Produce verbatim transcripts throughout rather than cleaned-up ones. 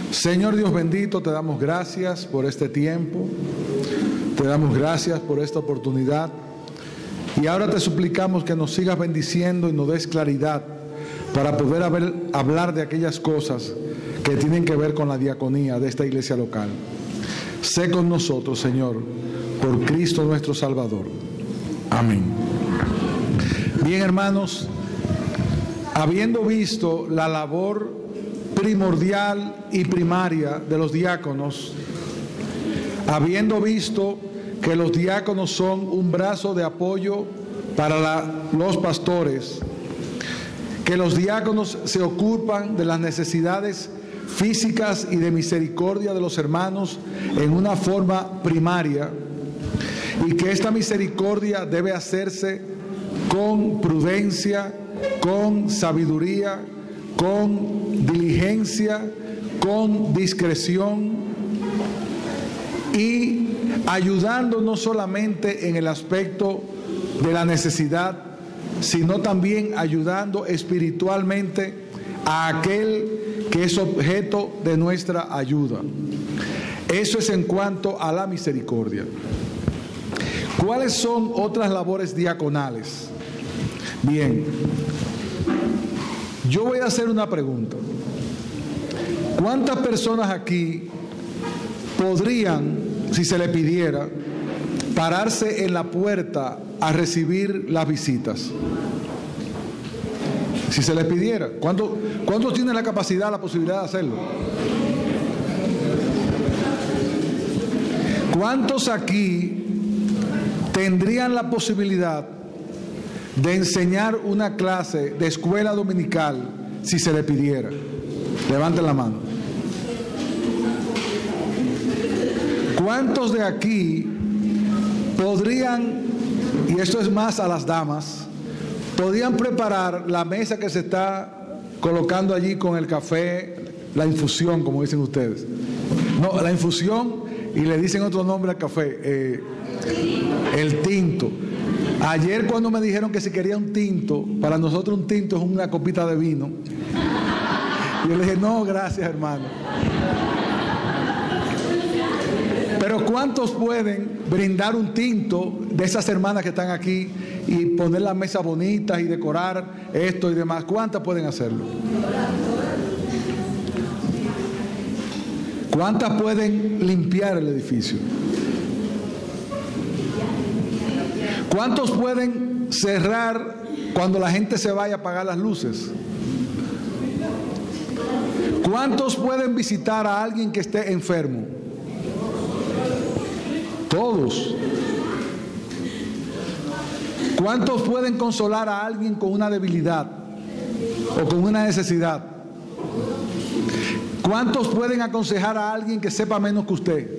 Señor Dios bendito, te damos gracias por este tiempo, te damos gracias por esta oportunidad y ahora te suplicamos que nos sigas bendiciendo y nos des claridad para poder haber, hablar de aquellas cosas que tienen que ver con la diaconía de esta iglesia local. Sé con nosotros, Señor, por Cristo nuestro Salvador. Amén. Bien, hermanos, habiendo visto la labor primordial y primaria de los diáconos, habiendo visto que los diáconos son un brazo de apoyo para la, los pastores, que los diáconos se ocupan de las necesidades físicas y de misericordia de los hermanos en una forma primaria, y que esta misericordia debe hacerse con prudencia, con sabiduría, con diligencia, con discreción y ayudando no solamente en el aspecto de la necesidad, sino también ayudando espiritualmente a aquel que es objeto de nuestra ayuda. Eso es en cuanto a la misericordia. ¿Cuáles son otras labores diaconales? Bien, yo voy a hacer una pregunta. ¿Cuántas personas aquí podrían, si se le pidiera, pararse en la puerta a recibir las visitas? Si se le pidiera, ¿cuántos, cuántos tienen la capacidad, la posibilidad de hacerlo? ¿Cuántos aquí tendrían la posibilidad de enseñar una clase de escuela dominical si se le pidiera? Levanten la mano. ¿Cuántos de aquí podrían, y esto es más a las damas, podrían preparar la mesa que se está colocando allí con el café, la infusión, como dicen ustedes? No, la infusión, y le dicen otro nombre al café, eh, el tinto. Ayer cuando me dijeron que si quería un tinto, para nosotros un tinto es una copita de vino, yo le dije, no, gracias, hermano. Pero ¿cuántos pueden brindar un tinto de esas hermanas que están aquí y poner las mesas bonitas y decorar esto y demás? ¿Cuántas pueden hacerlo? ¿Cuántas pueden limpiar el edificio? ¿Cuántos pueden cerrar cuando la gente se vaya a apagar las luces? ¿Cuántos pueden visitar a alguien que esté enfermo? Todos. ¿Cuántos pueden consolar a alguien con una debilidad o con una necesidad? ¿Cuántos pueden aconsejar a alguien que sepa menos que usted?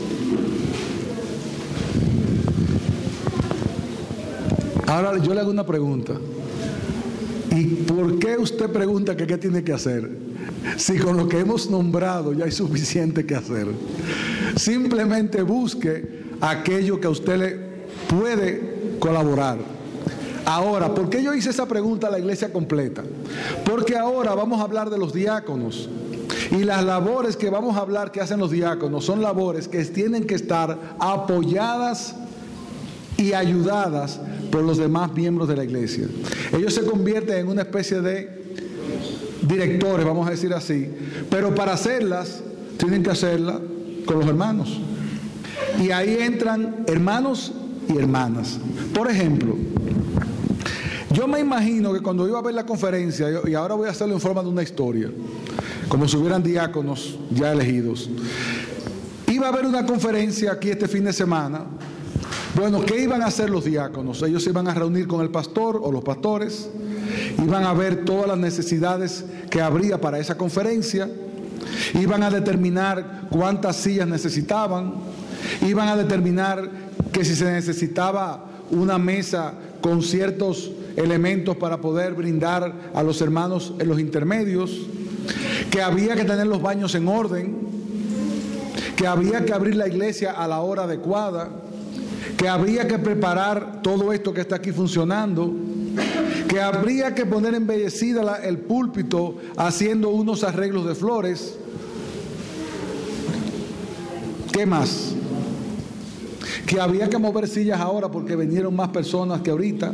Ahora yo le hago una pregunta. ¿Y por qué usted pregunta que qué tiene que hacer? Si con lo que hemos nombrado ya hay suficiente que hacer. Simplemente busque aquello que a usted le puede colaborar. Ahora, ¿por qué yo hice esa pregunta a la iglesia completa? Porque ahora vamos a hablar de los diáconos. Y las labores que vamos a hablar que hacen los diáconos son labores que tienen que estar apoyadas y ayudadas por los demás miembros de la iglesia. Ellos se convierten en una especie de directores, vamos a decir así, pero para hacerlas tienen que hacerlas con los hermanos. Y ahí entran hermanos y hermanas. Por ejemplo, yo me imagino que cuando iba a ver la conferencia, y ahora voy a hacerlo en forma de una historia, como si hubieran diáconos ya elegidos, iba a haber una conferencia aquí este fin de semana. Bueno, ¿qué iban a hacer los diáconos? Ellos se iban a reunir con el pastor o los pastores, iban a ver todas las necesidades que habría para esa conferencia, iban a determinar cuántas sillas necesitaban, iban a determinar que si se necesitaba una mesa con ciertos elementos para poder brindar a los hermanos en los intermedios, que había que tener los baños en orden, que había que abrir la iglesia a la hora adecuada, que habría que preparar todo esto que está aquí funcionando, que habría que poner embellecida la, el púlpito haciendo unos arreglos de flores. ¿Qué más? Que había que mover sillas ahora porque vinieron más personas que ahorita.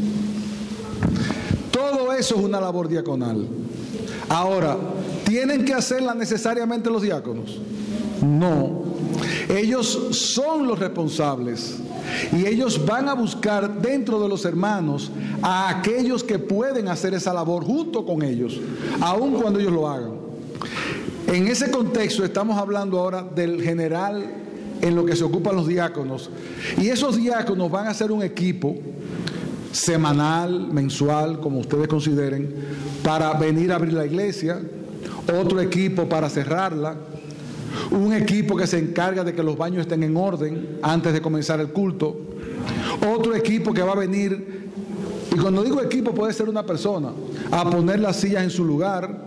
Todo eso es una labor diaconal. Ahora, ¿tienen que hacerla necesariamente los diáconos? No. Ellos son los responsables y ellos van a buscar dentro de los hermanos a aquellos que pueden hacer esa labor junto con ellos, aun cuando ellos lo hagan. En ese contexto estamos hablando ahora del general en lo que se ocupan los diáconos, y esos diáconos van a hacer un equipo semanal, mensual, como ustedes consideren, para venir a abrir la iglesia, otro equipo para cerrarla, un equipo que se encarga de que los baños estén en orden antes de comenzar el culto, otro equipo que va a venir, y cuando digo equipo puede ser una persona, a poner las sillas en su lugar,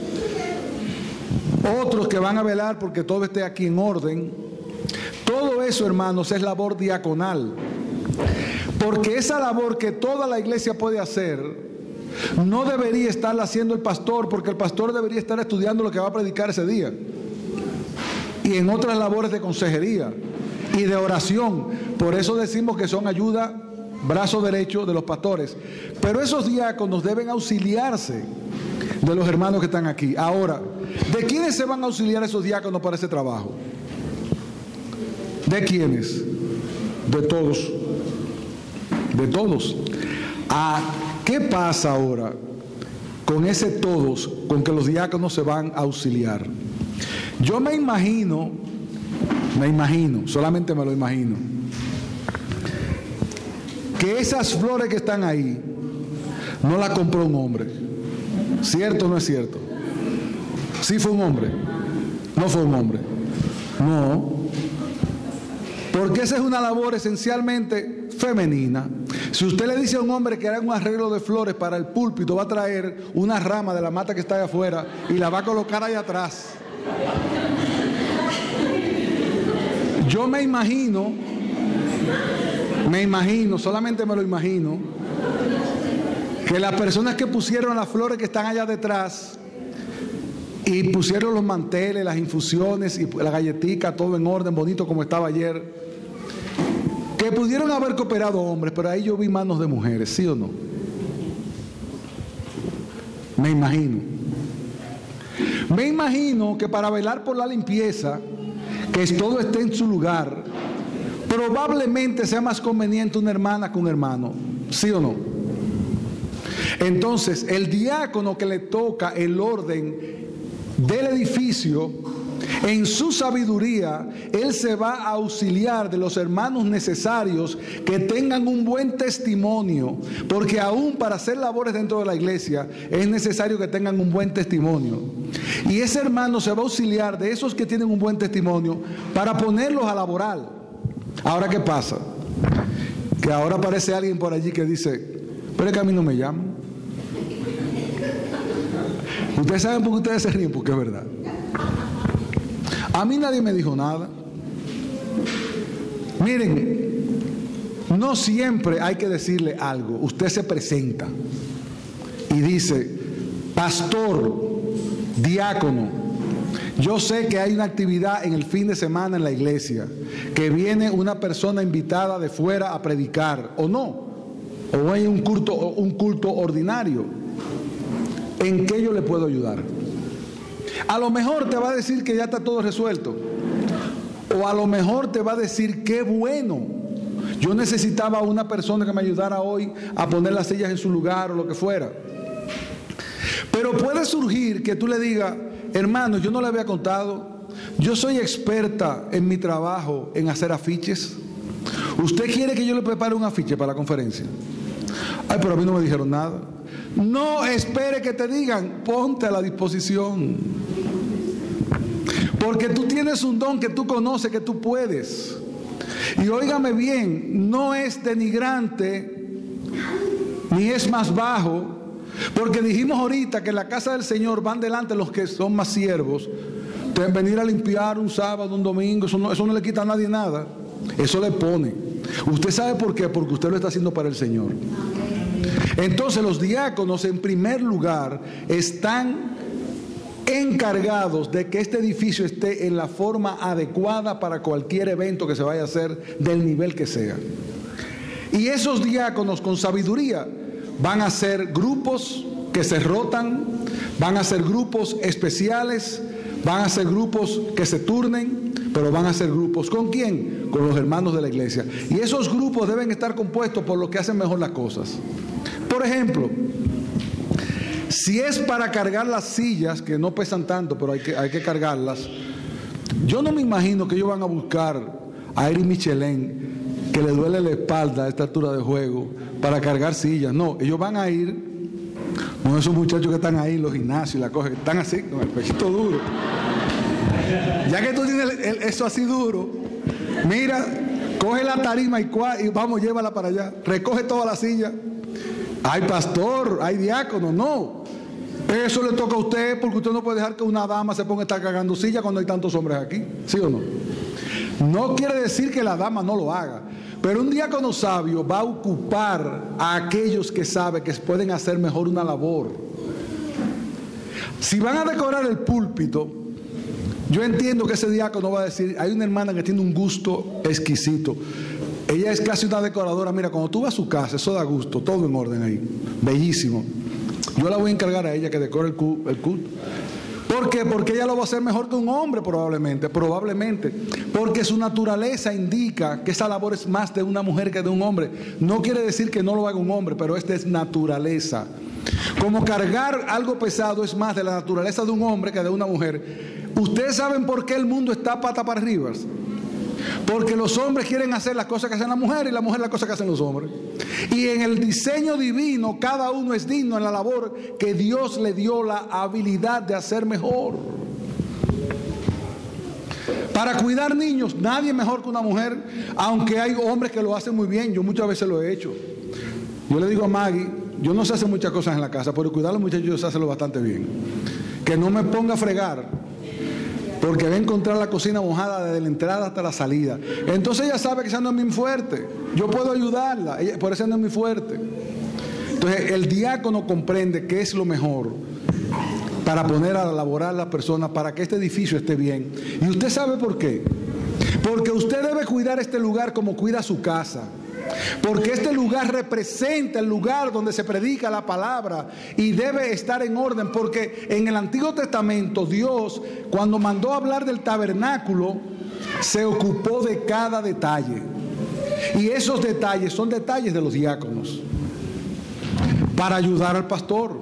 otros que van a velar porque todo esté aquí en orden. Todo eso, hermanos, es labor diaconal, porque esa labor que toda la iglesia puede hacer no debería estarla haciendo el pastor, porque el pastor debería estar estudiando lo que va a predicar ese día, y en otras labores de consejería y de oración. Por eso decimos que son ayuda, brazo derecho de los pastores. Pero esos diáconos deben auxiliarse de los hermanos que están aquí. Ahora, ¿de quiénes se van a auxiliar esos diáconos para ese trabajo? ¿De quiénes? De todos. De todos. ¿A qué pasa ahora con ese todos con que los diáconos se van a auxiliar? Yo me imagino, me imagino, solamente me lo imagino, que esas flores que están ahí no las compró un hombre. ¿Cierto o no es cierto? ¿Sí fue un hombre? No fue un hombre. No. Porque esa es una labor esencialmente femenina. Si usted le dice a un hombre que haga un arreglo de flores para el púlpito, va a traer una rama de la mata que está allá afuera y la va a colocar allá atrás. Yo me imagino, me imagino, solamente me lo imagino, que las personas que pusieron las flores que están allá detrás y pusieron los manteles, las infusiones y la galletica, todo en orden, bonito como estaba ayer, que pudieron haber cooperado hombres, pero ahí yo vi manos de mujeres, ¿sí o no? Me imagino. Me imagino que para velar por la limpieza, que todo esté en su lugar, probablemente sea más conveniente una hermana que un hermano, ¿sí o no? Entonces, el diácono que le toca el orden del edificio, en su sabiduría, él se va a auxiliar de los hermanos necesarios que tengan un buen testimonio, porque aún para hacer labores dentro de la iglesia es necesario que tengan un buen testimonio. Y ese hermano se va a auxiliar de esos que tienen un buen testimonio para ponerlos a laborar. Ahora, ¿qué pasa? Que ahora aparece alguien por allí que dice, pero es que a mí no me llaman. Ustedes saben por qué ustedes se ríen, porque es verdad. A mí nadie me dijo nada. Miren, no siempre hay que decirle algo. Usted se presenta y dice, pastor, diácono, yo sé que hay una actividad en el fin de semana en la iglesia, que viene una persona invitada de fuera a predicar, o no, o hay un culto, un culto ordinario. ¿En qué yo le puedo ayudar? A lo mejor te va a decir que ya está todo resuelto, o a lo mejor te va a decir, qué bueno, yo necesitaba una persona que me ayudara hoy a poner las sillas en su lugar o lo que fuera. Pero puede surgir que tú le digas, hermano, yo no le había contado, yo soy experta en mi trabajo en hacer afiches. ¿Usted quiere que yo le prepare un afiche para la conferencia? Ay, pero a mí no me dijeron nada. No espere que te digan, ponte a la disposición. Porque tú tienes un don que tú conoces, que tú puedes. Y óigame bien, no es denigrante, ni es más bajo, porque dijimos ahorita que en la casa del Señor van delante los que son más siervos. Deben venir a limpiar un sábado, un domingo, eso no, eso no le quita a nadie nada. Eso le pone. ¿Usted sabe por qué? Porque usted lo está haciendo para el Señor. Entonces los diáconos, en primer lugar, están encargados de que este edificio esté en la forma adecuada para cualquier evento que se vaya a hacer, del nivel que sea. Y esos diáconos con sabiduría van a ser grupos que se rotan, van a ser grupos especiales, van a ser grupos que se turnen, pero van a ser grupos ¿con quién? Con los hermanos de la iglesia. Y esos grupos deben estar compuestos por los que hacen mejor las cosas. Por ejemplo, si es para cargar las sillas, que no pesan tanto, pero hay que, hay que cargarlas, yo no me imagino que ellos van a buscar a Eric Michelin, que le duele la espalda a esta altura de juego, para cargar sillas. No, ellos van a ir, no esos muchachos que están ahí en los gimnasios y la cogen, que están así, con el pechito duro. Ya que tú tienes el, el, eso así duro, mira, coge la tarima y, cua, y vamos, llévala para allá, recoge toda la silla. Hay pastor, hay diácono, no. Eso le toca a usted, porque usted no puede dejar que una dama se ponga a estar cagando silla cuando hay tantos hombres aquí, ¿sí o no? No quiere decir que la dama no lo haga, pero un diácono sabio va a ocupar a aquellos que sabe que pueden hacer mejor una labor. Si van a decorar el púlpito, yo entiendo que ese diácono va a decir, hay una hermana que tiene un gusto exquisito. Ella es casi una decoradora. Mira, cuando tú vas a su casa, eso da gusto, todo en orden ahí, bellísimo. Yo la voy a encargar a ella que decore el culto. El culto. ¿Por qué? Porque ella lo va a hacer mejor que un hombre probablemente, probablemente. Porque su naturaleza indica que esa labor es más de una mujer que de un hombre. No quiere decir que no lo haga un hombre, pero esta es naturaleza. Como cargar algo pesado es más de la naturaleza de un hombre que de una mujer. ¿Ustedes saben por qué el mundo está pata para arriba? Porque los hombres quieren hacer las cosas que hacen las mujeres y las mujeres las cosas que hacen los hombres. Y en el diseño divino, cada uno es digno en la labor que Dios le dio la habilidad de hacer mejor. Para cuidar niños, nadie mejor que una mujer, aunque hay hombres que lo hacen muy bien. Yo muchas veces lo he hecho. Yo le digo a Maggie, yo no sé hacer muchas cosas en la casa, pero cuidar a los muchachos yo sé hacerlo bastante bien. Que no me ponga a fregar, porque va a encontrar la cocina mojada desde la entrada hasta la salida. Entonces ella sabe que esa no es mi fuerte. Yo puedo ayudarla, ella, por eso no es mi fuerte. Entonces el diácono comprende que es lo mejor para poner a laborar a las personas, para que este edificio esté bien. ¿Y usted sabe por qué? Porque usted debe cuidar este lugar como cuida su casa. Porque este lugar representa el lugar donde se predica la palabra y debe estar en orden, porque en el Antiguo Testamento Dios, cuando mandó a hablar del tabernáculo, se ocupó de cada detalle, y esos detalles son detalles de los diáconos para ayudar al pastor.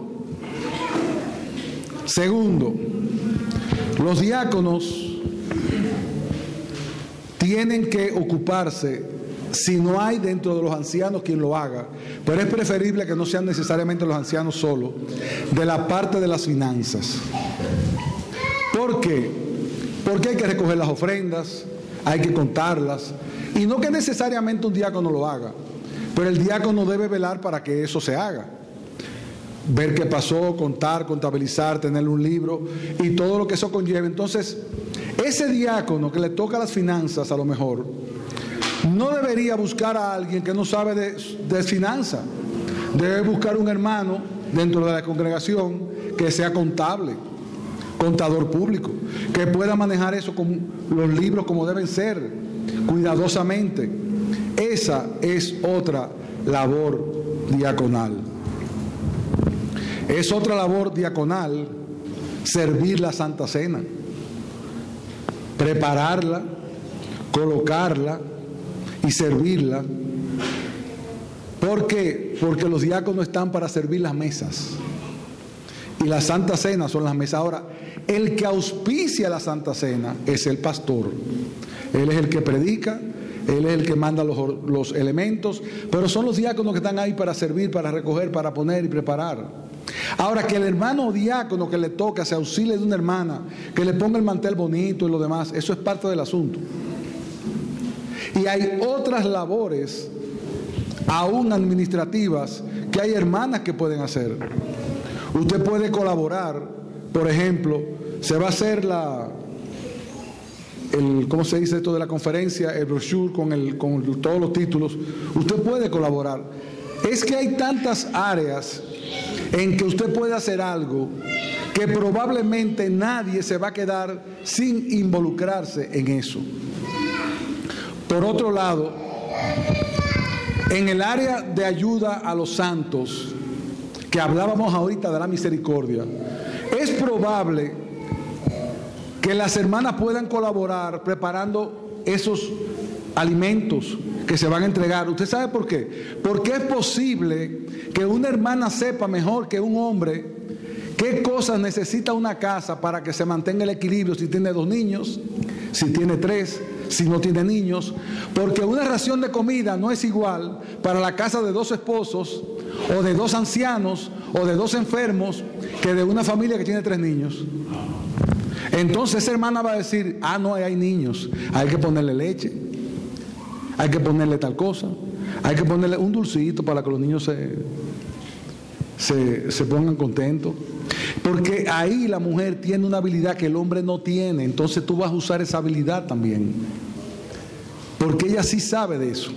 Segundo, los diáconos tienen que ocuparse, si no hay dentro de los ancianos quien lo haga, pero es preferible que no sean necesariamente los ancianos solos, de la parte de las finanzas. ¿Por qué? Porque hay que recoger las ofrendas, hay que contarlas, y no que necesariamente un diácono lo haga, pero el diácono debe velar para que eso se haga. Ver qué pasó, contar, contabilizar, tener un libro y todo lo que eso conlleva. Entonces, ese diácono que le toca las finanzas, a lo mejor no debería buscar a alguien que no sabe de, de finanzas. Debe buscar un hermano dentro de la congregación que sea contable, contador público, que pueda manejar eso con los libros como deben ser, cuidadosamente. Esa es otra labor diaconal. Es otra labor diaconal servir la Santa Cena, prepararla, colocarla y servirla. ¿Por qué? Porque los diáconos están para servir las mesas. Y la Santa Cena son las mesas. Ahora, el que auspicia la Santa Cena es el pastor. Él es el que predica, él es el que manda los, los elementos, pero son los diáconos que están ahí para servir, para recoger, para poner y preparar. Ahora, que el hermano diácono que le toca se auxilie de una hermana, que le ponga el mantel bonito y lo demás, eso es parte del asunto. Y hay otras labores, aún administrativas, que hay hermanas que pueden hacer. Usted puede colaborar, por ejemplo, se va a hacer la, el, ¿cómo se dice esto de la conferencia? El brochure con, el, con todos los títulos. Usted puede colaborar. Es que hay tantas áreas en que usted puede hacer algo que probablemente nadie se va a quedar sin involucrarse en eso. Por otro lado, en el área de ayuda a los santos, que hablábamos ahorita de la misericordia, es probable que las hermanas puedan colaborar preparando esos alimentos que se van a entregar. ¿Usted sabe por qué? Porque es posible que una hermana sepa mejor que un hombre qué cosas necesita una casa para que se mantenga el equilibrio, si tiene dos niños, si tiene tres, si no tiene niños, porque una ración de comida no es igual para la casa de dos esposos o de dos ancianos o de dos enfermos que de una familia que tiene tres niños. Entonces esa hermana va a decir, ah, no, hay niños, hay que ponerle leche, hay que ponerle tal cosa, hay que ponerle un dulcito para que los niños se, se, se pongan contentos. Porque ahí la mujer tiene una habilidad que el hombre no tiene, entonces tú vas a usar esa habilidad también, porque ella sí sabe de eso.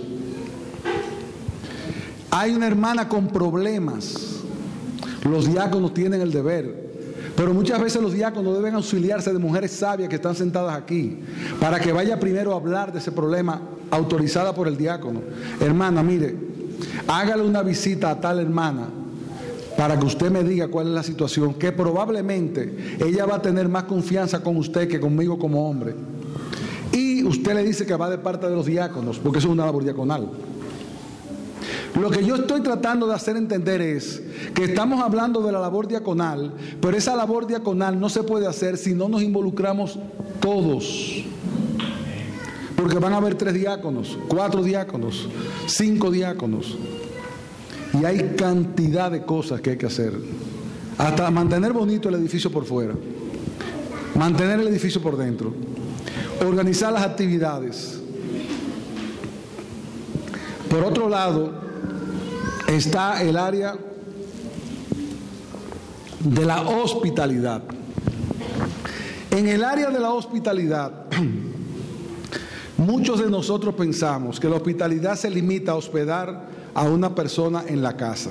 Hay una hermana con problemas, los diáconos tienen el deber, pero muchas veces los diáconos deben auxiliarse de mujeres sabias que están sentadas aquí, para que vaya primero a hablar de ese problema, autorizada por el diácono. Hermana, mire, hágale una visita a tal hermana, para que usted me diga cuál es la situación, que probablemente ella va a tener más confianza con usted que conmigo como hombre. Y usted le dice que va de parte de los diáconos, porque eso es una labor diaconal. Lo que yo estoy tratando de hacer entender es que estamos hablando de la labor diaconal, pero esa labor diaconal no se puede hacer si no nos involucramos todos. Porque van a haber tres diáconos, cuatro diáconos, cinco diáconos. Y hay cantidad de cosas que hay que hacer. Hasta mantener bonito el edificio por fuera, mantener el edificio por dentro, organizar las actividades. Por otro lado, está el área de la hospitalidad. En el área de la hospitalidad, muchos de nosotros pensamos que la hospitalidad se limita a hospedar a una persona en la casa.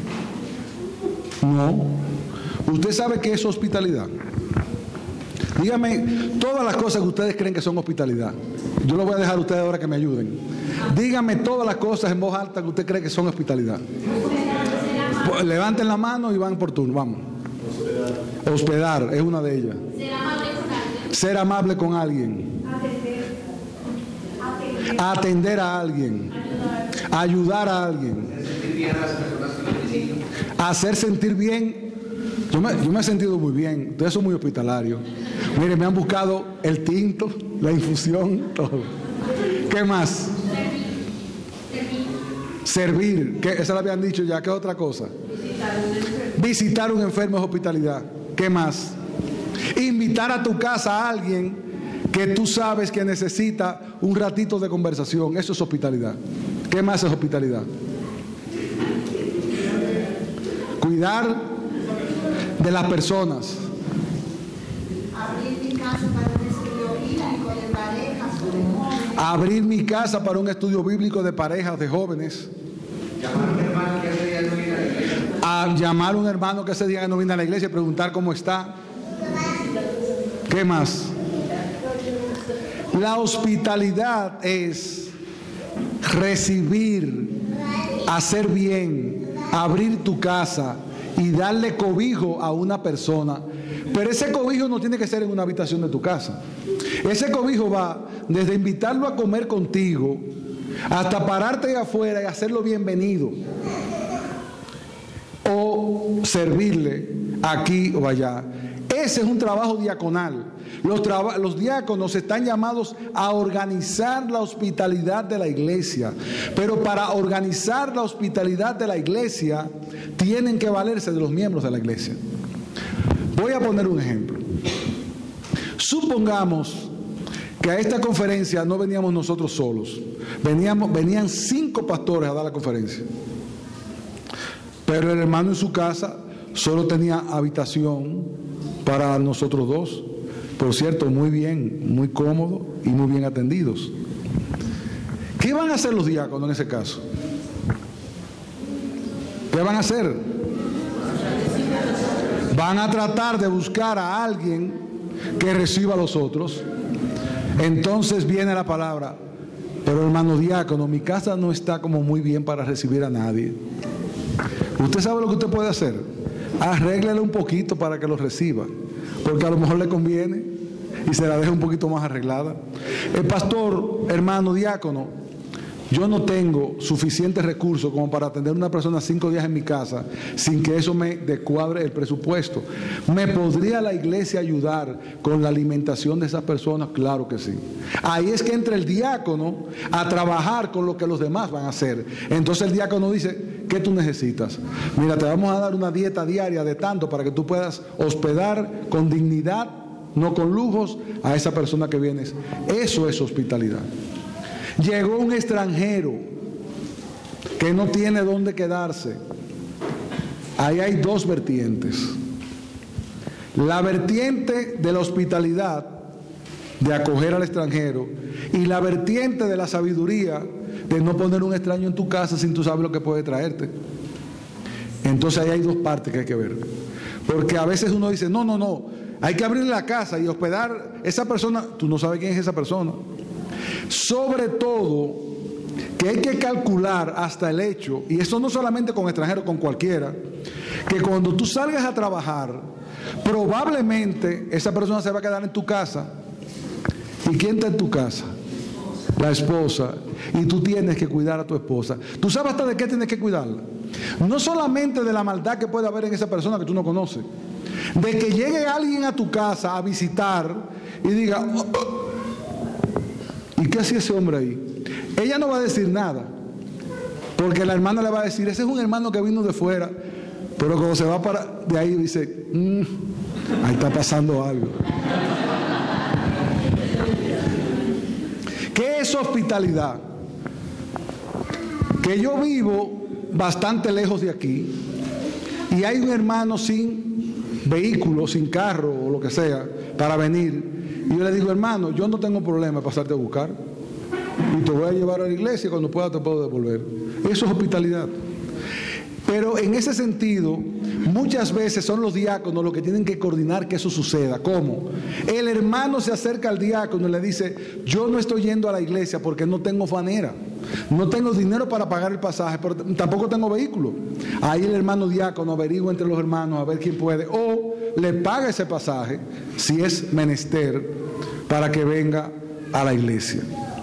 No. ¿Usted sabe qué es hospitalidad? Dígame todas las cosas que ustedes creen que son hospitalidad. Yo lo voy a dejar a ustedes ahora que me ayuden. Dígame todas las cosas en voz alta que usted cree que son hospitalidad. Levanten la mano y van por turno. Vamos. Hospedar, Hospedar es una de ellas. Ser amable con alguien. Ser amable con alguien. Atender a alguien. Ayudar a alguien. Hacer sentir bien. Yo me, yo me he sentido muy bien. Ustedes son muy hospitalarios. Miren, me han buscado el tinto, la infusión, todo. ¿Qué más? Servir. ¿Qué? Esa la habían dicho ya. ¿Qué otra cosa? Visitar un enfermo es hospitalidad. ¿Qué más? Invitar a tu casa a alguien que tú sabes que necesita un ratito de conversación. Eso es hospitalidad. ¿Qué más es hospitalidad? Cuidar de las personas. Abrir mi casa para un estudio bíblico de parejas o de jóvenes. Abrir mi casa para un estudio bíblico de parejas, de jóvenes. Llamar a un hermano que ese día no viene a la iglesia. A llamar a un hermano que ese día no viene a la iglesia y preguntar cómo está. ¿Qué más? La hospitalidad es recibir, hacer bien, abrir tu casa y darle cobijo a una persona. Pero ese cobijo no tiene que ser en una habitación de tu casa. Ese cobijo va desde invitarlo a comer contigo hasta pararte de afuera y hacerlo bienvenido, o servirle aquí o allá. Ese es un trabajo diaconal. Los, traba- los diáconos están llamados a organizar la hospitalidad de la iglesia, pero para organizar la hospitalidad de la iglesia tienen que valerse de los miembros de la iglesia. Voy a poner un ejemplo. Supongamos que a esta conferencia no veníamos nosotros solos, veníamos, venían cinco pastores a dar la conferencia, pero el hermano en su casa solo tenía habitación para nosotros dos. Por cierto, muy bien, muy cómodo y muy bien atendidos. ¿Qué van a hacer los diáconos en ese caso? ¿Qué van a hacer? van a tratar de buscar a alguien que reciba a los otros. Entonces viene la palabra: pero hermano diácono, mi casa no está como muy bien para recibir a nadie. Usted sabe lo que usted puede hacer: arréglele un poquito para que lo reciba, porque a lo mejor le conviene y se la deja un poquito más arreglada. El pastor, hermano diácono, yo no tengo suficientes recursos como para atender a una persona cinco días en mi casa sin que eso me descuadre el presupuesto. ¿Me podría la iglesia ayudar con la alimentación de esas personas? Claro que sí. Ahí es que entra el diácono a trabajar con lo que los demás van a hacer. Entonces el diácono dice: ¿qué tú necesitas? Mira, te vamos a dar una dieta diaria de tanto para que tú puedas hospedar con dignidad, no con lujos, a esa persona que vienes. Eso es hospitalidad. Llegó un extranjero que no tiene dónde quedarse. Ahí hay dos vertientes: la vertiente de la hospitalidad, de acoger al extranjero, y la vertiente de la sabiduría, de no poner un extraño en tu casa sin tú sabes lo que puede traerte. Entonces ahí hay dos partes que hay que ver, porque a veces uno dice: no, no, no, hay que abrir la casa y hospedar a esa persona. Tú no sabes quién es esa persona. Sobre todo que hay que calcular hasta el hecho, y eso no solamente con extranjeros, con cualquiera, que cuando tú salgas a trabajar, probablemente esa persona se va a quedar en tu casa. ¿Y quién está en tu casa? La esposa. Y tú tienes que cuidar a tu esposa. ¿Tú sabes hasta de qué tienes que cuidarla? No solamente de la maldad que puede haber en esa persona que tú no conoces, de que llegue alguien a tu casa a visitar y diga: oh, oh, ¿y qué hacía ese hombre ahí? Ella no va a decir nada, porque la hermana le va a decir: ese es un hermano que vino de fuera. Pero cuando se va para de ahí dice: mmm, ahí está pasando algo. ¿Qué es hospitalidad? Que yo vivo bastante lejos de aquí y hay un hermano sin vehículo, sin carro o lo que sea para venir, y yo le digo: hermano, yo no tengo problema en pasarte a buscar y te voy a llevar a la iglesia y cuando pueda te puedo devolver. Eso es hospitalidad. Pero en ese sentido, muchas veces son los diáconos los que tienen que coordinar que eso suceda. ¿Cómo? El hermano se acerca al diácono y le dice: yo no estoy yendo a la iglesia porque no tengo fanera, no tengo dinero para pagar el pasaje, pero tampoco tengo vehículo. Ahí el hermano diácono averigua entre los hermanos a ver quién puede, o le paga ese pasaje, si es menester, para que venga a la iglesia.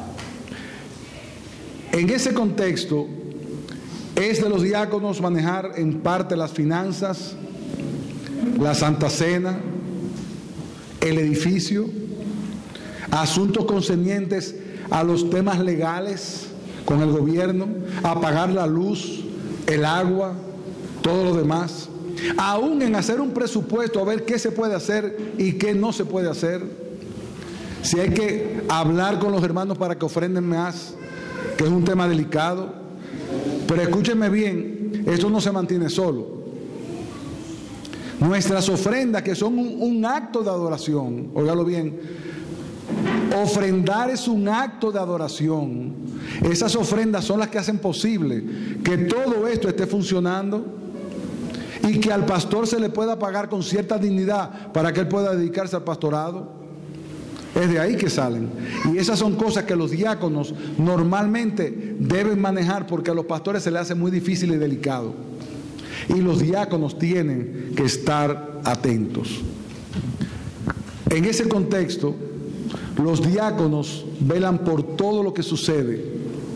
En ese contexto, es de los diáconos manejar en parte las finanzas, la Santa Cena, el edificio, asuntos concernientes a los temas legales con el gobierno, a pagar la luz, el agua, todo lo demás, aún en hacer un presupuesto a ver qué se puede hacer y qué no se puede hacer, si hay que hablar con los hermanos para que ofrenden más, que es un tema delicado. Pero escúchenme bien, esto no se mantiene solo. Nuestras ofrendas, que son un, un acto de adoración, óigalo bien, ofrendar es un acto de adoración. Esas ofrendas son las que hacen posible que todo esto esté funcionando y que al pastor se le pueda pagar con cierta dignidad para que él pueda dedicarse al pastorado. Es de ahí que salen. Y esas son cosas que los diáconos normalmente deben manejar, porque a los pastores se les hace muy difícil y delicado. Y los diáconos tienen que estar atentos. En ese contexto, los diáconos velan por todo lo que sucede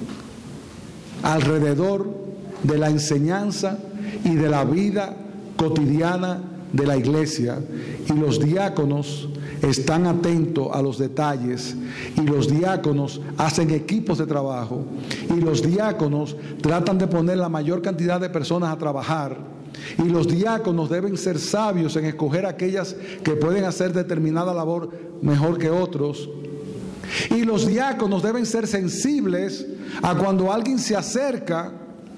alrededor de la enseñanza y de la vida cotidiana de la iglesia, y los diáconos están atentos a los detalles, y los diáconos hacen equipos de trabajo, y los diáconos tratan de poner la mayor cantidad de personas a trabajar, y los diáconos deben ser sabios en escoger aquellas que pueden hacer determinada labor mejor que otros, y los diáconos deben ser sensibles a cuando alguien se acerca,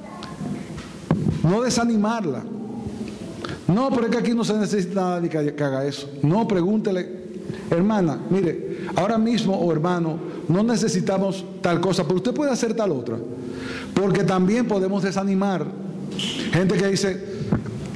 no desanimarla. No, pero es que aquí no se necesita nada de que haga eso. No, pregúntele: hermana, mire, ahora mismo, o hermano, no necesitamos tal cosa, pero usted puede hacer tal otra. Porque también podemos desanimar gente que dice: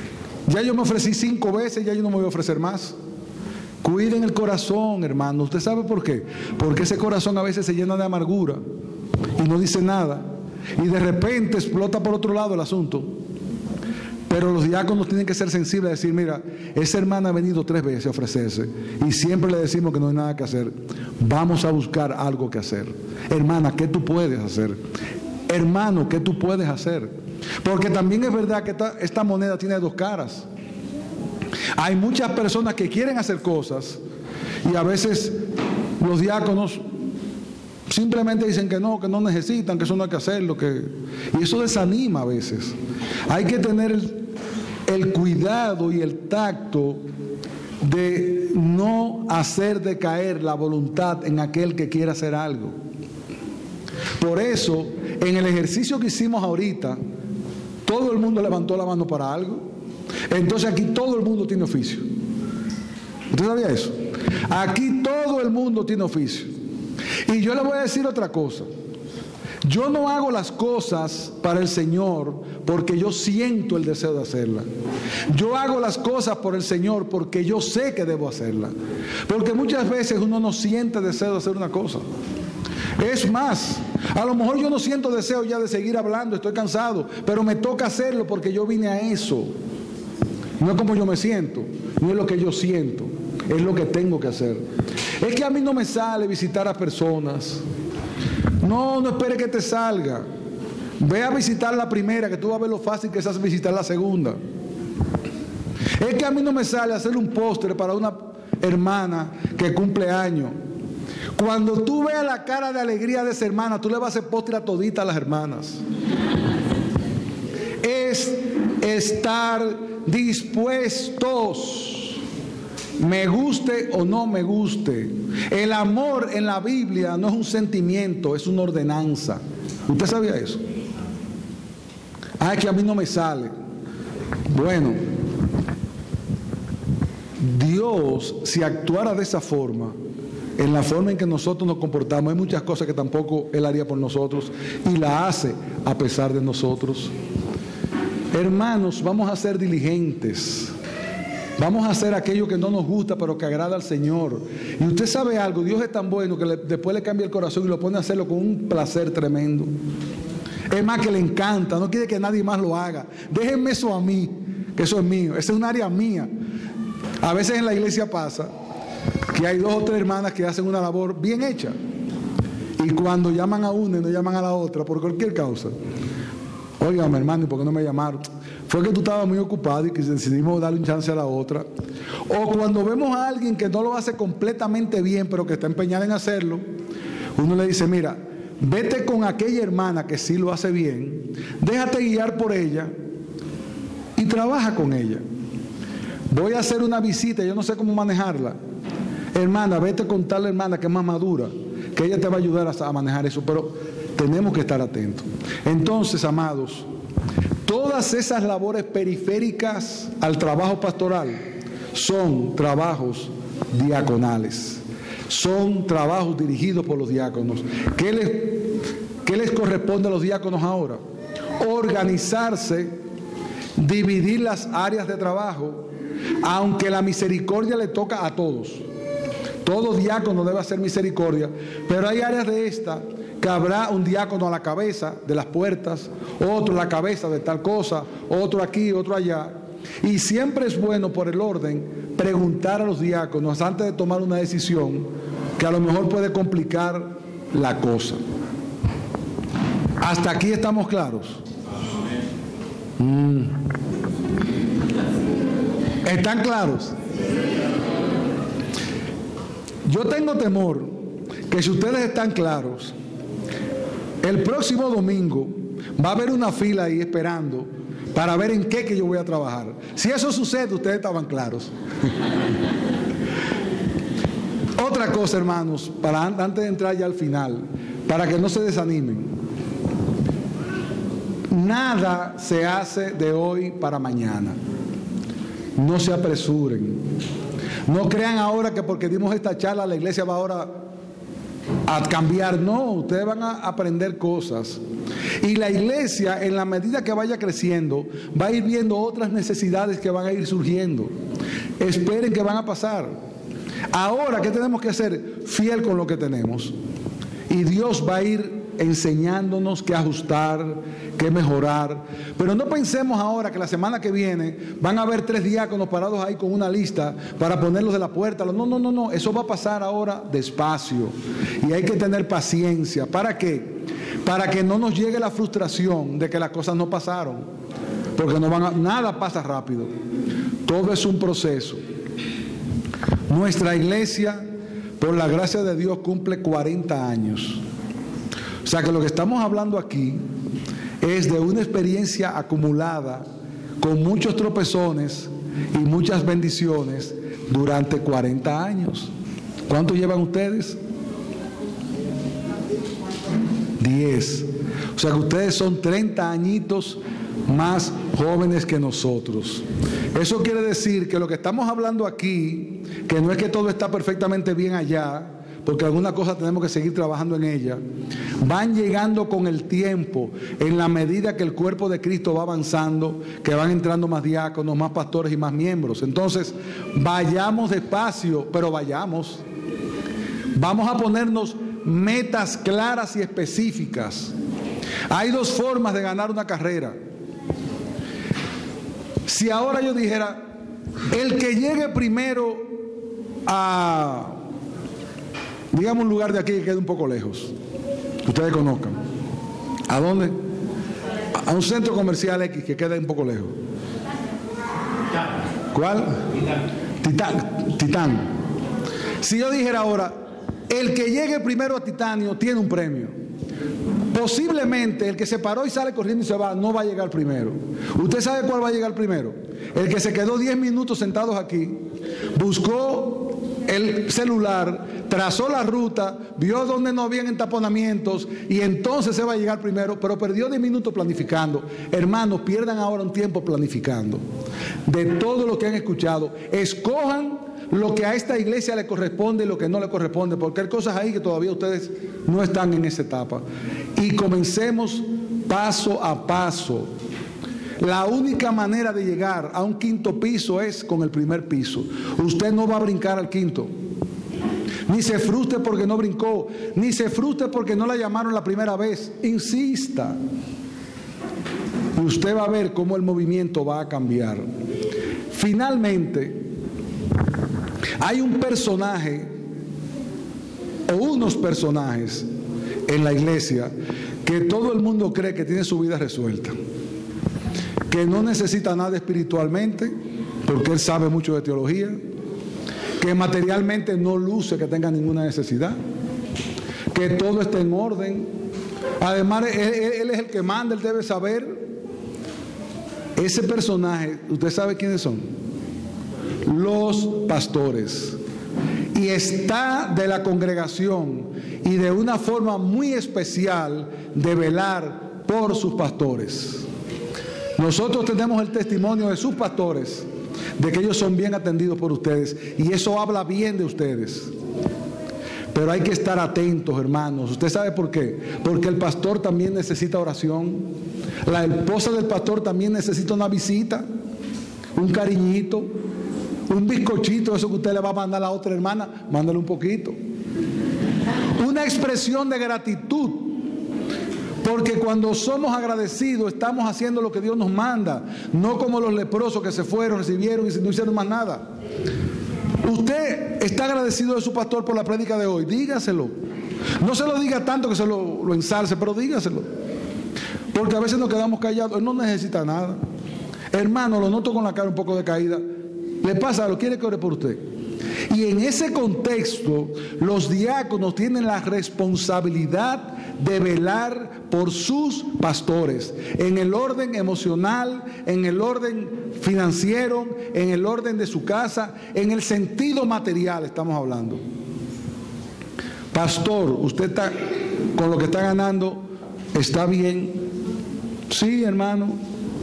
Ya yo me ofrecí cinco veces, ya yo no me voy a ofrecer más. Cuiden el corazón, hermano. ¿Usted sabe por qué? Porque ese corazón a veces se llena de amargura y no dice nada. Y de repente explota por otro lado el asunto. Pero los diáconos tienen que ser sensibles a decir, mira, esa hermana ha venido tres veces a ofrecerse y siempre le decimos que no hay nada que hacer. Vamos a buscar algo que hacer. Hermana, ¿qué tú puedes hacer? Hermano, ¿qué tú puedes hacer? Porque también es verdad que esta, esta moneda tiene dos caras. Hay muchas personas que quieren hacer cosas y a veces los diáconos simplemente dicen que no, que no necesitan, que eso no hay que hacerlo, que... y eso desanima a veces. Hay que tener el, el cuidado y el tacto de no hacer decaer la voluntad en aquel que quiera hacer algo. Por eso, en el ejercicio que hicimos ahorita, todo el mundo levantó la mano para algo. Entonces aquí todo el mundo tiene oficio. ¿Usted sabía eso? Aquí todo el mundo tiene oficio. Y yo le voy a decir otra cosa. Yo no hago las cosas para el Señor porque yo siento el deseo de hacerlas. Yo hago las cosas por el Señor porque yo sé que debo hacerlas. Porque muchas veces uno no siente deseo de hacer una cosa. Es más, a lo mejor yo no siento deseo ya de seguir hablando, estoy cansado, pero me toca hacerlo porque yo vine a eso. No es como yo me siento, no es lo que yo siento, es lo que tengo que hacer. Es que a mí no me sale visitar a personas. No, no espere que te salga. Ve a visitar la primera, que tú vas a ver lo fácil que es visitar la segunda. Es que a mí no me sale hacer un postre para una hermana que cumple años. Cuando tú veas la cara de alegría de esa hermana, tú le vas a hacer postre a todita a las hermanas. Es estar dispuestos. Me guste o no me guste. El amor en la Biblia no es un sentimiento, es una ordenanza. ¿Usted sabía eso? Ah, es que a mí no me sale. Bueno, Dios, si actuara de esa forma, en la forma en que nosotros nos comportamos, hay muchas cosas que tampoco Él haría por nosotros y la hace a pesar de nosotros. Hermanos, vamos a ser diligentes. Vamos a hacer aquello que no nos gusta, pero que agrada al Señor. Y usted sabe algo, Dios es tan bueno que le, después le cambia el corazón y lo pone a hacerlo con un placer tremendo. Es más, que le encanta, no quiere que nadie más lo haga. Déjenme eso a mí, que eso es mío, esa es un área mía. A veces en la iglesia pasa que hay dos o tres hermanas que hacen una labor bien hecha. Y cuando llaman a una y no llaman a la otra, por cualquier causa. Óigame, hermano, ¿y por qué no me llamaron? Fue que tú estabas muy ocupado y que decidimos darle un chance a la otra. O cuando vemos a alguien que no lo hace completamente bien, pero que está empeñada en hacerlo, uno le dice, mira, vete con aquella hermana que sí lo hace bien, déjate guiar por ella y trabaja con ella. Voy a hacer una visita, yo no sé cómo manejarla. Hermana, vete con tal hermana que es más madura, que ella te va a ayudar a manejar eso, pero tenemos que estar atentos. Entonces, amados, todas esas labores periféricas al trabajo pastoral son trabajos diaconales, son trabajos dirigidos por los diáconos. ¿Qué les, qué les corresponde a los diáconos ahora? Organizarse, dividir las áreas de trabajo, aunque la misericordia le toca a todos. Todo diácono debe hacer misericordia, pero hay áreas de esta que habrá un diácono a la cabeza de las puertas, otro a la cabeza de tal cosa, otro aquí, otro allá. Y siempre es bueno, por el orden, preguntar a los diáconos antes de tomar una decisión que a lo mejor puede complicar la cosa. ¿Hasta aquí estamos claros? Mm. ¿Están claros? Yo tengo temor que si ustedes están claros, el próximo domingo va a haber una fila ahí esperando para ver en qué que yo voy a trabajar. Si eso sucede, ustedes estaban claros. Otra cosa, hermanos, para antes de entrar ya al final, para que no se desanimen. Nada se hace de hoy para mañana. No se apresuren. No crean ahora que porque dimos esta charla la iglesia va ahora a cambiar. No, ustedes van a aprender cosas. Y la iglesia, en la medida que vaya creciendo, va a ir viendo otras necesidades que van a ir surgiendo. Esperen que van a pasar. Ahora, ¿qué tenemos que hacer? Fiel con lo que tenemos. Y Dios va a ir enseñándonos qué ajustar, qué mejorar. Pero no pensemos ahora que la semana que viene van a haber tres diáconos parados ahí con una lista para ponerlos de la puerta. No, no, no, no. Eso va a pasar ahora despacio. Y hay que tener paciencia. ¿Para qué? Para que no nos llegue la frustración de que las cosas no pasaron. Porque no van a, nada pasa rápido. Todo es un proceso. Nuestra iglesia, por la gracia de Dios, cumple cuarenta años. O sea que lo que estamos hablando aquí es de una experiencia acumulada con muchos tropezones y muchas bendiciones durante cuarenta años. ¿Cuánto llevan ustedes? diez. O sea que ustedes son treinta añitos más jóvenes que nosotros. Eso quiere decir que lo que estamos hablando aquí, que no es que todo está perfectamente bien allá, porque alguna cosa tenemos que seguir trabajando en ella, van llegando con el tiempo, en la medida que el cuerpo de Cristo va avanzando, que van entrando más diáconos, más pastores y más miembros. Entonces, vayamos despacio, pero vayamos. Vamos a ponernos metas claras y específicas. Hay dos formas de ganar una carrera. Si ahora yo dijera, el que llegue primero a, digamos, un lugar de aquí que quede un poco lejos, que ustedes conozcan. ¿A dónde? A un centro comercial X que quede un poco lejos. ¿Cuál? Titán. Titán. Si yo dijera ahora, el que llegue primero a Titanio tiene un premio. Posiblemente el que se paró y sale corriendo y se va, no va a llegar primero. ¿Usted sabe cuál va a llegar primero? El que se quedó diez minutos sentados aquí, buscó el celular, trazó la ruta, vio dónde no habían entaponamientos y entonces se va a llegar primero, pero perdió diez minutos planificando. Hermanos, pierdan ahora un tiempo planificando. De todo lo que han escuchado, escojan lo que a esta iglesia le corresponde y lo que no le corresponde, porque hay cosas ahí que todavía ustedes no están en esa etapa. Y comencemos paso a paso. La única manera de llegar a un quinto piso es con el primer piso. Usted no va a brincar al quinto. Ni se frustre porque no brincó, ni se frustre porque no la llamaron la primera vez. Insista. Y usted va a ver cómo el movimiento va a cambiar. Finalmente, hay un personaje o unos personajes en la iglesia que todo el mundo cree que tiene su vida resuelta, que no necesita nada espiritualmente porque él sabe mucho de teología, que materialmente no luce que tenga ninguna necesidad, que todo está en orden. Además, él, él es el que manda, él debe saber. Ese personaje, ¿usted sabe quiénes son? Los pastores. Y está de la congregación y de una forma muy especial de velar por sus pastores. Nosotros tenemos el testimonio de sus pastores, de que ellos son bien atendidos por ustedes, y eso habla bien de ustedes. Pero hay que estar atentos, hermanos. ¿Usted sabe por qué? Porque el pastor también necesita oración. La esposa del pastor también necesita una visita, un cariñito, un bizcochito, eso que usted le va a mandar a la otra hermana, mándale un poquito. Una expresión de gratitud. Porque cuando somos agradecidos estamos haciendo lo que Dios nos manda, no como los leprosos que se fueron, recibieron y no hicieron más nada. Usted está agradecido de su pastor por la prédica de hoy, dígaselo. No se lo diga tanto que se lo, lo ensalce, pero dígaselo. Porque a veces nos quedamos callados. Él no necesita nada. Hermano, lo noto con la cara un poco decaída. Le pasa algo, quiere que ore por usted. Y en ese contexto, los diáconos tienen la responsabilidad de velar por sus pastores, en el orden emocional, en el orden financiero, en el orden de su casa, en el sentido material estamos hablando. Pastor, usted está con lo que está ganando, ¿está bien? Sí, hermano.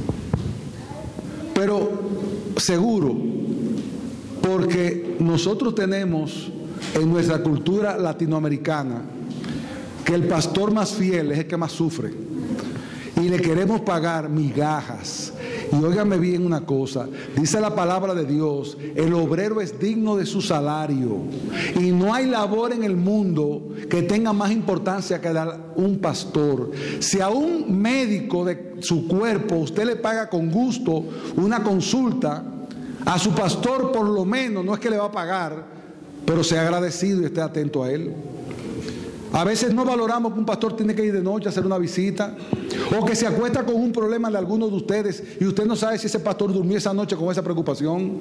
Pero seguro, porque nosotros tenemos en nuestra cultura latinoamericana que el pastor más fiel es el que más sufre. y le queremos pagar migajas. Y óigame bien una cosa, dice la palabra de Dios, el obrero es digno de su salario, y no hay labor en el mundo que tenga más importancia que dar un pastor. Si a un médico de su cuerpo usted le paga con gusto una consulta, a su pastor por lo menos, no es que le va a pagar, pero sea agradecido y esté atento a él. A veces no valoramos que un pastor tiene que ir de noche a hacer una visita, o que se acuesta con un problema de alguno de ustedes y usted no sabe si ese pastor durmió esa noche con esa preocupación.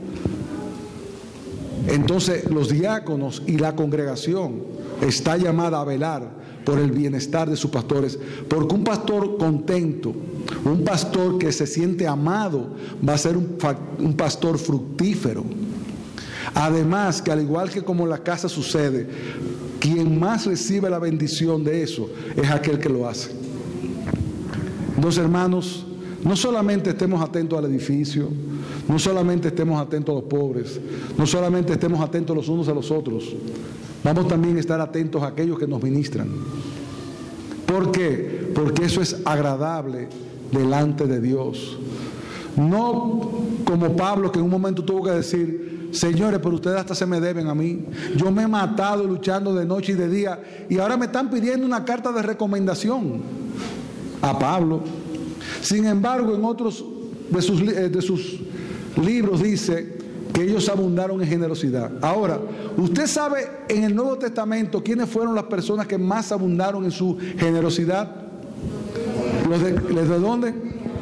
Entonces los diáconos y la congregación está llamada a velar por el bienestar de sus pastores, porque un pastor contento, un pastor que se siente amado, va a ser un, un pastor fructífero. Además, que al igual que como en la casa sucede, quien más recibe la bendición de eso es aquel que lo hace. Entonces, hermanos, no solamente estemos atentos al edificio, no solamente estemos atentos a los pobres, no solamente estemos atentos los unos a los otros, vamos también a estar atentos a aquellos que nos ministran. ¿Por qué? Porque eso es agradable delante de Dios. No como Pablo, que en un momento tuvo que decir: señores, pero ustedes hasta se me deben a mí. Yo me he matado luchando de noche y de día y ahora me están pidiendo una carta de recomendación. A Pablo. Sin embargo, en otros de sus, de sus libros dice que ellos abundaron en generosidad. Ahora, ¿usted sabe en el Nuevo Testamento quiénes fueron las personas que más abundaron en su generosidad? ¿Los de, ¿los de dónde?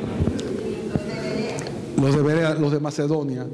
Los de Berea, los de Macedonia,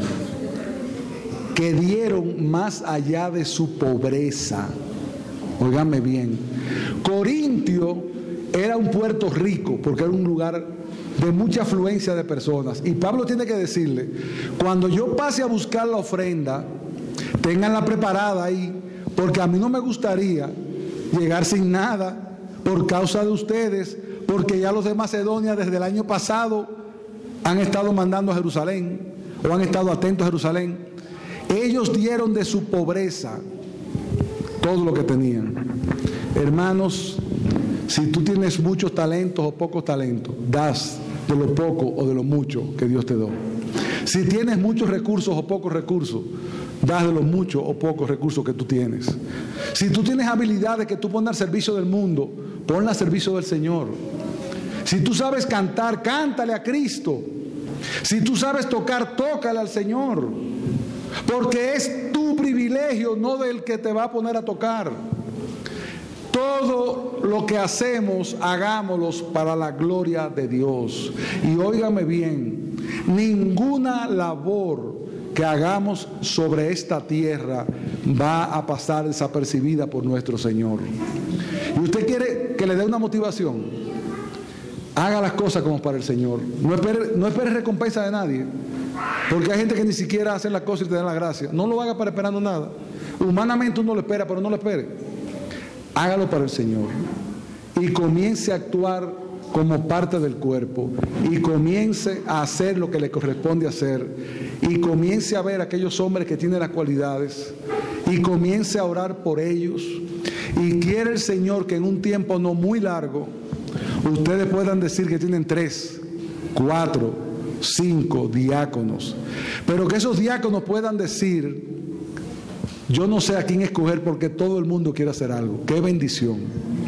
que dieron más allá de su pobreza. Óiganme bien. Corintio era un puerto rico porque era un lugar de mucha afluencia de personas. Y Pablo tiene que decirle: cuando yo pase a buscar la ofrenda, ténganla preparada ahí, porque a mí no me gustaría llegar sin nada por causa de ustedes, porque ya los de Macedonia desde el año pasado han estado mandando a Jerusalén, o han estado atentos a Jerusalén. Ellos dieron de su pobreza todo lo que tenían. Hermanos, si tú tienes muchos talentos o pocos talentos, das de lo poco o de lo mucho que Dios te dio. Si tienes muchos recursos o pocos recursos, das de los muchos o pocos recursos que tú tienes. Si tú tienes habilidades que tú pones al servicio del mundo, ponlas al servicio del Señor. Si tú sabes cantar, cántale a Cristo. Si tú sabes tocar, tócale al Señor. Porque es tu privilegio, no del que te va a poner a tocar. Todo lo que hacemos, hagámoslo para la gloria de Dios. Y óigame bien, ninguna labor que hagamos sobre esta tierra va a pasar desapercibida por nuestro Señor. Y usted quiere que le dé una motivación, haga las cosas como para el Señor. No espere, no espere recompensa de nadie, porque hay gente que ni siquiera hace las cosas y te da la gracia. No lo haga para esperando nada. Humanamente uno lo espera, pero no lo espere. Hágalo para el Señor y comience a actuar como parte del cuerpo, y comience a hacer lo que le corresponde hacer, y comience a ver a aquellos hombres que tienen las cualidades, y comience a orar por ellos. Y quiere el Señor que en un tiempo no muy largo ustedes puedan decir que tienen tres, cuatro, cinco diáconos, pero que esos diáconos puedan decir: yo no sé a quién escoger porque todo el mundo quiere hacer algo. ¡Qué bendición!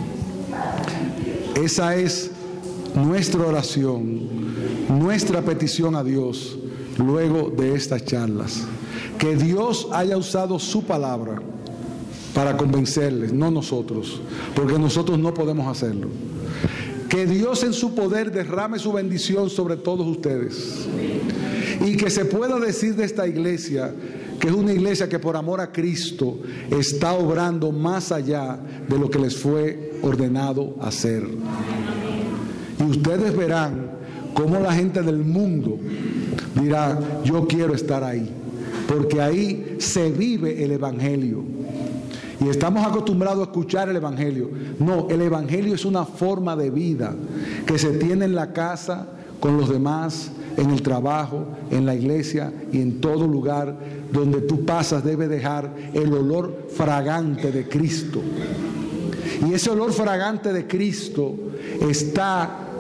Esa es nuestra oración, nuestra petición a Dios luego de estas charlas. Que Dios haya usado su palabra para convencerles, no nosotros, porque nosotros no podemos hacerlo. Que Dios en su poder derrame su bendición sobre todos ustedes. Y que se pueda decir de esta iglesia que es una iglesia que por amor a Cristo está obrando más allá de lo que les fue ordenado hacer. Y ustedes verán cómo la gente del mundo dirá: yo quiero estar ahí, porque ahí se vive el Evangelio. Y estamos acostumbrados a escuchar el Evangelio. No, el Evangelio es una forma de vida que se tiene en la casa, con los demás, en el trabajo, en la iglesia y en todo lugar donde tú pasas. Debe dejar el olor fragante de Cristo. Y ese olor fragante de Cristo está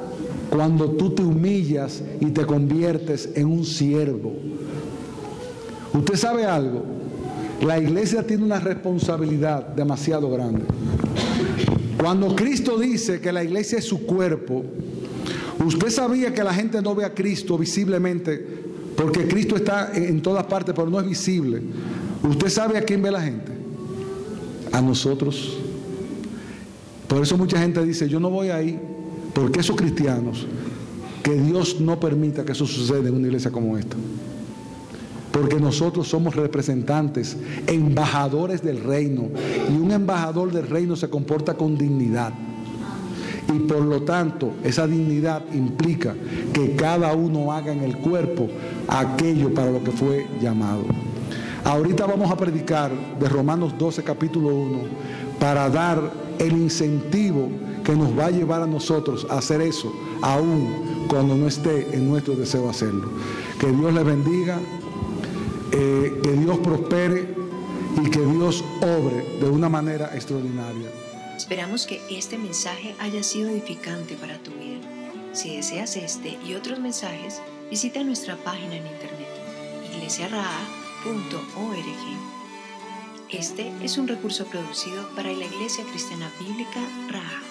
cuando tú te humillas y te conviertes en un siervo. ¿Usted sabe algo? La iglesia tiene una responsabilidad demasiado grande. Cuando Cristo dice que la iglesia es su cuerpo, usted sabía que la gente no ve a Cristo visiblemente, porque Cristo está en todas partes, pero no es visible. ¿Usted sabe a quién ve la gente? A nosotros. Por eso mucha gente dice, yo no voy ahí, porque esos cristianos, que Dios no permita que eso suceda en una iglesia como esta. Porque nosotros somos representantes, embajadores del reino, y un embajador del reino se comporta con dignidad. Y por lo tanto, esa dignidad implica que cada uno haga en el cuerpo aquello para lo que fue llamado. Ahorita vamos a predicar de Romanos doce, capítulo uno, para dar el incentivo que nos va a llevar a nosotros a hacer eso, aún cuando no esté en nuestro deseo hacerlo. Que Dios les bendiga, eh, que Dios prospere y que Dios obre de una manera extraordinaria. Esperamos que este mensaje haya sido edificante para tu vida. Si deseas este y otros mensajes, visita nuestra página en internet, iglesia raa punto org. Este es un recurso producido para la Iglesia Cristiana Bíblica Raha.